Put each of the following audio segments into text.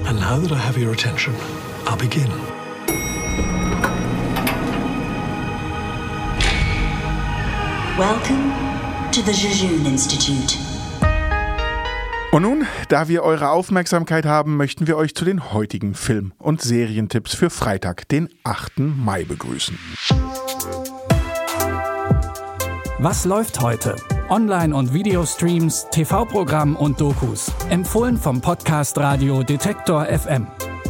And now that I have your attention, I'll begin. Welcome to the Jejune Institute. Und nun, da wir eure Aufmerksamkeit haben, möchten wir euch zu den heutigen Film- und Serientipps für Freitag, den 8. Mai begrüßen. Was läuft heute? Online- und Videostreams, TV-Programm und Dokus. Empfohlen vom Podcast Radio Detektor FM.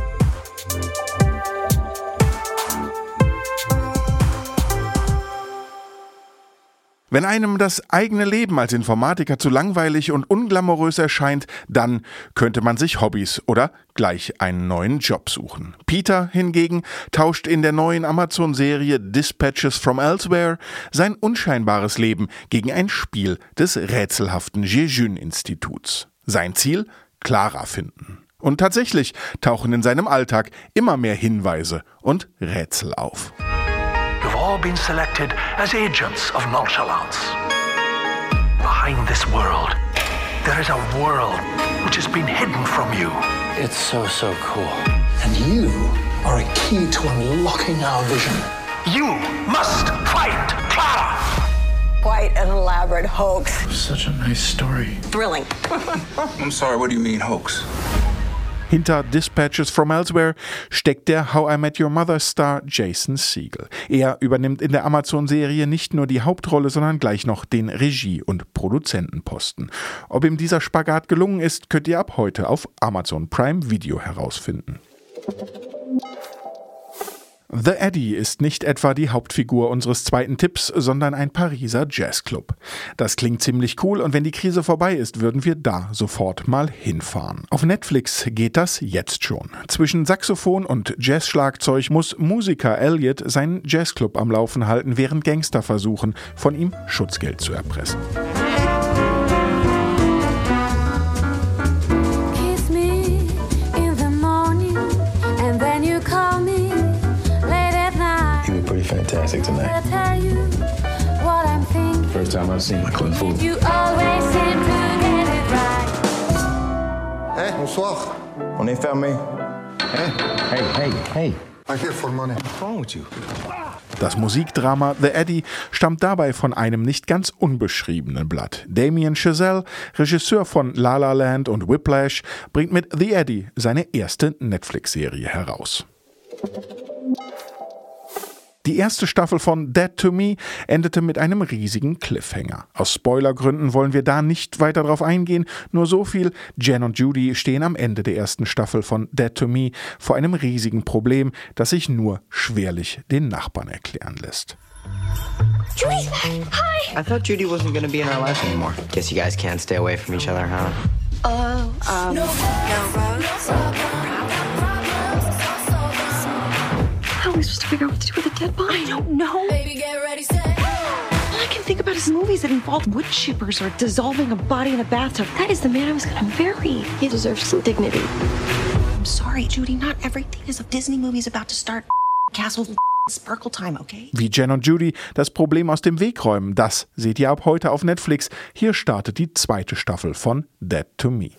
Wenn einem das eigene Leben als Informatiker zu langweilig und unglamourös erscheint, dann könnte man sich Hobbys oder gleich einen neuen Job suchen. Peter hingegen tauscht in der neuen Amazon-Serie Dispatches from Elsewhere sein unscheinbares Leben gegen ein Spiel des rätselhaften Jejune-Instituts. Sein Ziel? Clara finden. Und tatsächlich tauchen in seinem Alltag immer mehr Hinweise und Rätsel auf. You've all been selected as agents of nonchalance. Behind this world, there is a world which has been hidden from you. It's so cool. And you are a key to unlocking our vision. You must find Clara! Quite an elaborate hoax. Such a nice story. Thrilling. I'm sorry, what do you mean hoax? Hinter Dispatches from Elsewhere steckt der How I Met Your Mother-Star Jason Segel. Er übernimmt in der Amazon-Serie nicht nur die Hauptrolle, sondern gleich noch den Regie- und Produzentenposten. Ob ihm dieser Spagat gelungen ist, könnt ihr ab heute auf Amazon Prime Video herausfinden. The Eddy ist nicht etwa die Hauptfigur unseres zweiten Tipps, sondern ein Pariser Jazzclub. Das klingt ziemlich cool und wenn die Krise vorbei ist, würden wir da sofort mal hinfahren. Auf Netflix geht das jetzt schon. Zwischen Saxophon und Jazzschlagzeug muss Musiker Elliot seinen Jazzclub am Laufen halten, während Gangster versuchen, von ihm Schutzgeld zu erpressen. Fantastic tonight. I'll tell you what I'm thinking. First time I've seen Club Fool. You always seem to get it right. Hey, bonsoir. On est fermé. Hey. I'm here for money. What's wrong with you? Das Musikdrama The Eddy stammt dabei von einem nicht ganz unbeschriebenen Blatt. Damien Chazelle, Regisseur von La La Land und Whiplash, bringt mit The Eddy seine erste Netflix-Serie heraus. Die erste Staffel von Dead to Me endete mit einem riesigen Cliffhanger. Aus Spoilergründen wollen wir da nicht weiter drauf eingehen, nur so viel: Jen und Judy stehen am Ende der ersten Staffel von Dead to Me vor einem riesigen Problem, das sich nur schwerlich den Nachbarn erklären lässt. Judy's back. Hi. I thought Judy wasn't going to be in our life anymore. Guess you guys can't stay away from each other, huh? How are we supposed to figure out what to do with a dead body? I don't know. Baby, get ready, set. All I can think about is movies that involve wood chippers or dissolving a body in a bathtub. That is the man I was going to marry. He deserves some dignity. I'm sorry, Judy. Not everything is a Disney movie's about to start. Castle Sparkle Time, okay? Wie Jen und Judy das Problem aus dem Weg räumen, das seht ihr ab heute auf Netflix. Hier startet die zweite Staffel von Dead to Me.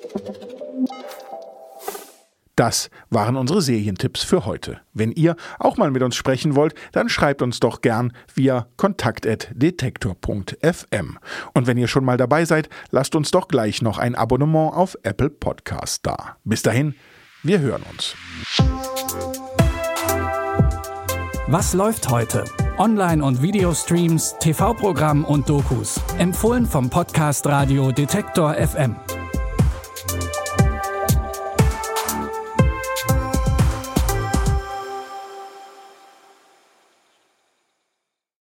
Das waren unsere Serientipps für heute. Wenn ihr auch mal mit uns sprechen wollt, dann schreibt uns doch gern via kontakt@detektor.fm. Und wenn ihr schon mal dabei seid, lasst uns doch gleich noch ein Abonnement auf Apple Podcast da. Bis dahin, wir hören uns. Was läuft heute? Online- und Videostreams, TV-Programm und Dokus. Empfohlen vom Podcast Radio Detektor FM.